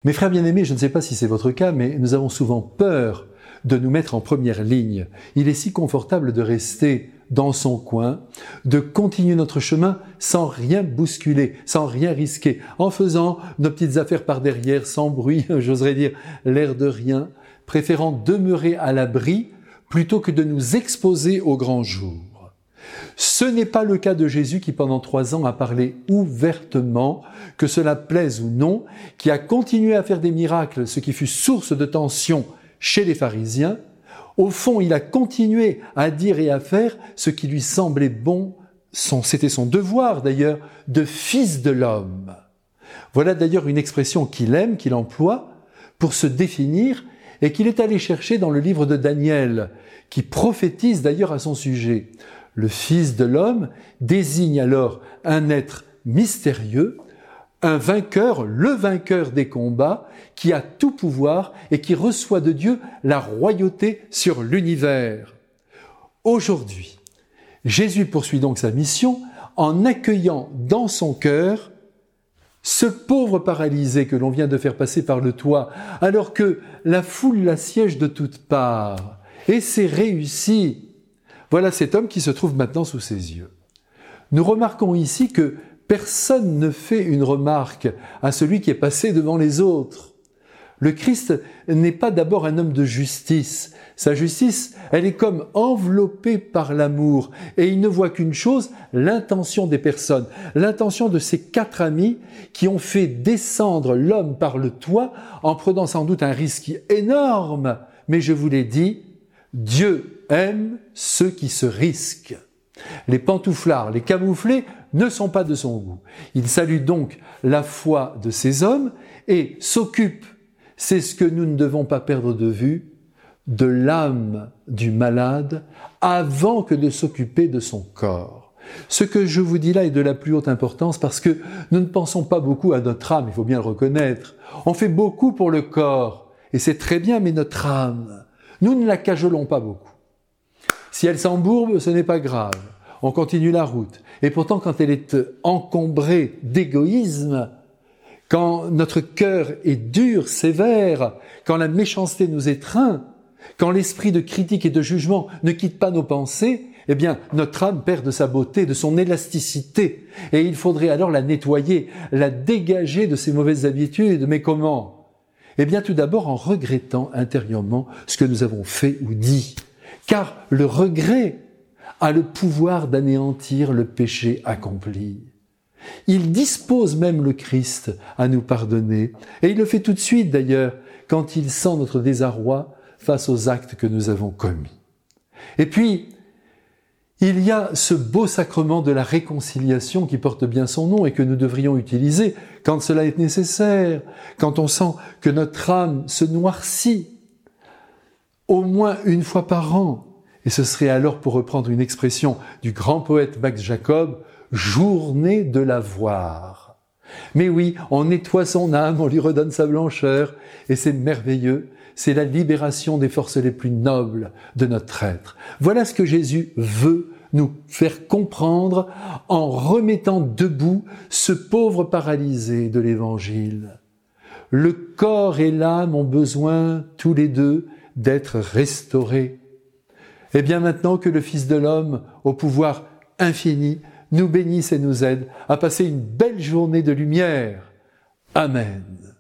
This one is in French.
Mes frères bien-aimés, je ne sais pas si c'est votre cas, mais nous avons souvent peur de nous mettre en première ligne. Il est si confortable de rester dans son coin, de continuer notre chemin sans rien bousculer, sans rien risquer, en faisant nos petites affaires par derrière, sans bruit, j'oserais dire l'air de rien, préférant demeurer à l'abri plutôt que de nous exposer au grand jour. Ce n'est pas le cas de Jésus qui pendant 3 ans a parlé ouvertement, que cela plaise ou non, qui a continué à faire des miracles, ce qui fut source de tension chez les pharisiens. Au fond, il a continué à dire et à faire ce qui lui semblait bon, c'était son devoir d'ailleurs, de fils de l'homme. Voilà d'ailleurs une expression qu'il aime, qu'il emploie pour se définir et qu'il est allé chercher dans le livre de Daniel, qui prophétise d'ailleurs à son sujet. Le Fils de l'homme désigne alors un être mystérieux, un vainqueur, le vainqueur des combats, qui a tout pouvoir et qui reçoit de Dieu la royauté sur l'univers. Aujourd'hui, Jésus poursuit donc sa mission en accueillant dans son cœur ce pauvre paralysé que l'on vient de faire passer par le toit, alors que la foule l'assiège de toutes parts. Et c'est réussi. Voilà cet homme qui se trouve maintenant sous ses yeux. Nous remarquons ici que personne ne fait une remarque à celui qui est passé devant les autres. Le Christ n'est pas d'abord un homme de justice. Sa justice, elle est comme enveloppée par l'amour. Et il ne voit qu'une chose, l'intention des personnes, l'intention de ces 4 amis qui ont fait descendre l'homme par le toit en prenant sans doute un risque énorme. Mais je vous l'ai dit, Dieu aime ceux qui se risquent. Les pantouflards, les camouflés ne sont pas de son goût. Il salue donc la foi de ces hommes et s'occupe, c'est ce que nous ne devons pas perdre de vue, de l'âme du malade avant que de s'occuper de son corps. Ce que je vous dis là est de la plus haute importance parce que nous ne pensons pas beaucoup à notre âme, il faut bien le reconnaître. On fait beaucoup pour le corps et c'est très bien, mais notre âme, nous ne la cajolons pas beaucoup. Si elle s'embourbe, ce n'est pas grave. On continue la route. Et pourtant, quand elle est encombrée d'égoïsme, quand notre cœur est dur, sévère, quand la méchanceté nous étreint, quand l'esprit de critique et de jugement ne quitte pas nos pensées, eh bien, notre âme perd de sa beauté, de son élasticité. Et il faudrait alors la nettoyer, la dégager de ses mauvaises habitudes. Mais comment ? Eh bien, tout d'abord en regrettant intérieurement ce que nous avons fait ou dit. Car le regret a le pouvoir d'anéantir le péché accompli. Il dispose même le Christ à nous pardonner. Et il le fait tout de suite d'ailleurs, quand il sent notre désarroi face aux actes que nous avons commis. Et puis, il y a ce beau sacrement de la réconciliation qui porte bien son nom et que nous devrions utiliser quand cela est nécessaire, quand on sent que notre âme se noircit, au moins une fois par an. Et ce serait alors, pour reprendre une expression du grand poète Max Jacob, journée de la voir. Mais oui, on nettoie son âme, on lui redonne sa blancheur, et c'est merveilleux. C'est la libération des forces les plus nobles de notre être. Voilà ce que Jésus veut nous faire comprendre en remettant debout ce pauvre paralysé de l'Évangile. Le corps et l'âme ont besoin, tous les deux, d'être restaurés. Et bien maintenant que le Fils de l'homme, au pouvoir infini, nous bénisse et nous aide à passer une belle journée de lumière. Amen.